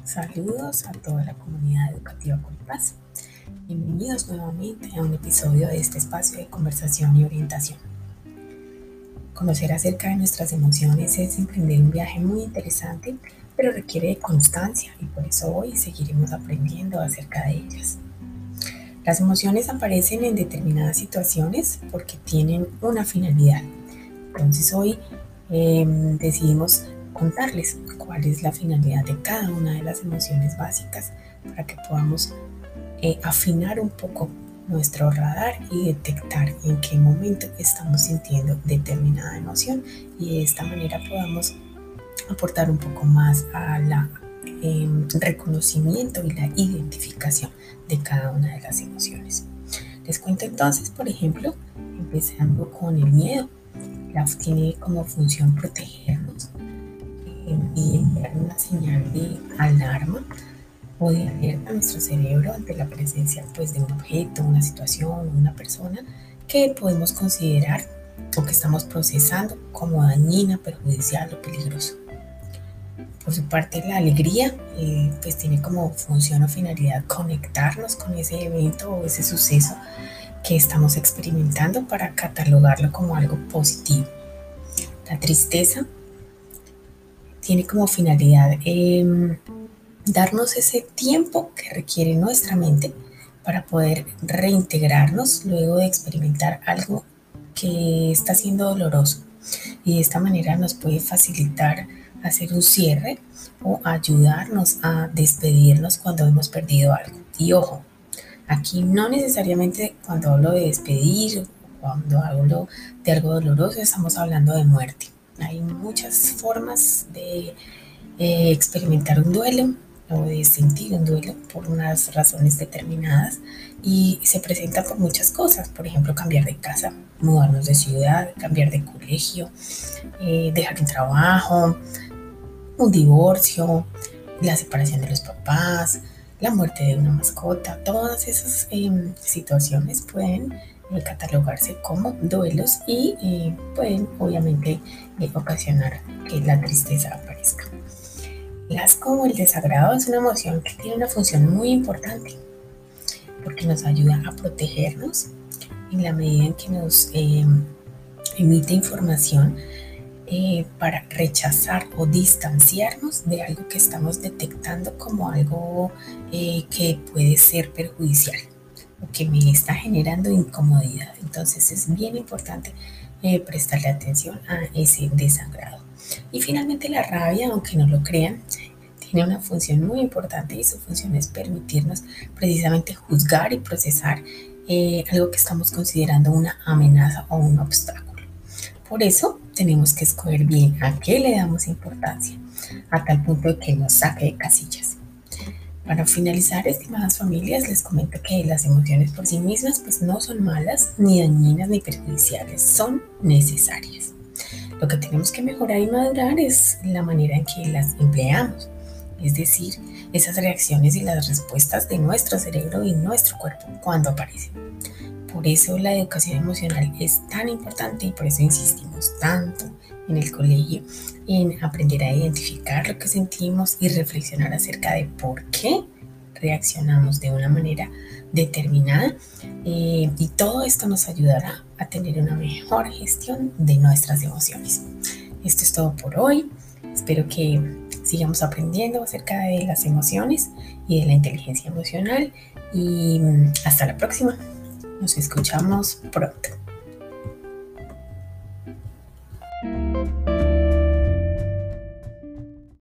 Saludos a toda la comunidad educativa Colipaz. Bienvenidos nuevamente a un episodio de este espacio de conversación y orientación. Conocer acerca de nuestras emociones es emprender un viaje muy interesante, pero requiere de constancia y por eso hoy seguiremos aprendiendo acerca de ellas. Las emociones aparecen en determinadas situaciones porque tienen una finalidad. Entonces hoy decidimos contarles cuál es la finalidad de cada una de las emociones básicas para que podamos afinar un poco nuestro radar y detectar en qué momento estamos sintiendo determinada emoción y de esta manera podamos aportar un poco más a la reconocimiento y la identificación de cada una de las emociones. Les cuento entonces, por ejemplo, empezando con el miedo. Tiene como función protegernos y enviar una señal de alarma o de alerta a nuestro cerebro ante la presencia de un objeto, una situación, una persona que podemos considerar o que estamos procesando como dañina, perjudicial o peligroso. Por su parte, la alegría tiene como función o finalidad conectarnos con ese evento o ese suceso que estamos experimentando para catalogarlo como algo positivo. La tristeza tiene como finalidad darnos ese tiempo que requiere nuestra mente para poder reintegrarnos luego de experimentar algo que está siendo doloroso, y de esta manera nos puede facilitar hacer un cierre o ayudarnos a despedirnos cuando hemos perdido algo. Y ojo, aquí no necesariamente cuando hablo de despedir, cuando hablo de algo doloroso, estamos hablando de muerte. Hay muchas formas de experimentar un duelo o de sentir un duelo por unas razones determinadas y se presenta por muchas cosas, por ejemplo cambiar de casa, mudarnos de ciudad, cambiar de colegio, dejar un trabajo, un divorcio, la separación de los papás, la muerte de una mascota. Todas esas situaciones pueden catalogarse como duelos y pueden obviamente ocasionar que la tristeza aparezca. El asco o el desagrado es una emoción que tiene una función muy importante porque nos ayuda a protegernos en la medida en que nos emite información para rechazar o distanciarnos de algo que estamos detectando como algo que puede ser perjudicial o que me está generando incomodidad. Entonces es bien importante prestarle atención a ese desagrado. Y finalmente la rabia, aunque no lo crean, tiene una función muy importante y su función es permitirnos precisamente juzgar y procesar algo que estamos considerando una amenaza o un obstáculo. Por eso tenemos que escoger bien a qué le damos importancia, a tal punto de que nos saque de casillas. Para finalizar, estimadas familias, les comento que las emociones por sí mismas no son malas, ni dañinas, ni perjudiciales, son necesarias. Lo que tenemos que mejorar y madurar es la manera en que las empleamos, es decir, esas reacciones y las respuestas de nuestro cerebro y nuestro cuerpo cuando aparecen. Por eso la educación emocional es tan importante y por eso insistimos tanto en el colegio en aprender a identificar lo que sentimos y reflexionar acerca de por qué reaccionamos de una manera determinada, y todo esto nos ayudará a tener una mejor gestión de nuestras emociones. Esto es todo por hoy. Espero que sigamos aprendiendo acerca de las emociones y de la inteligencia emocional y hasta la próxima. Nos escuchamos pronto.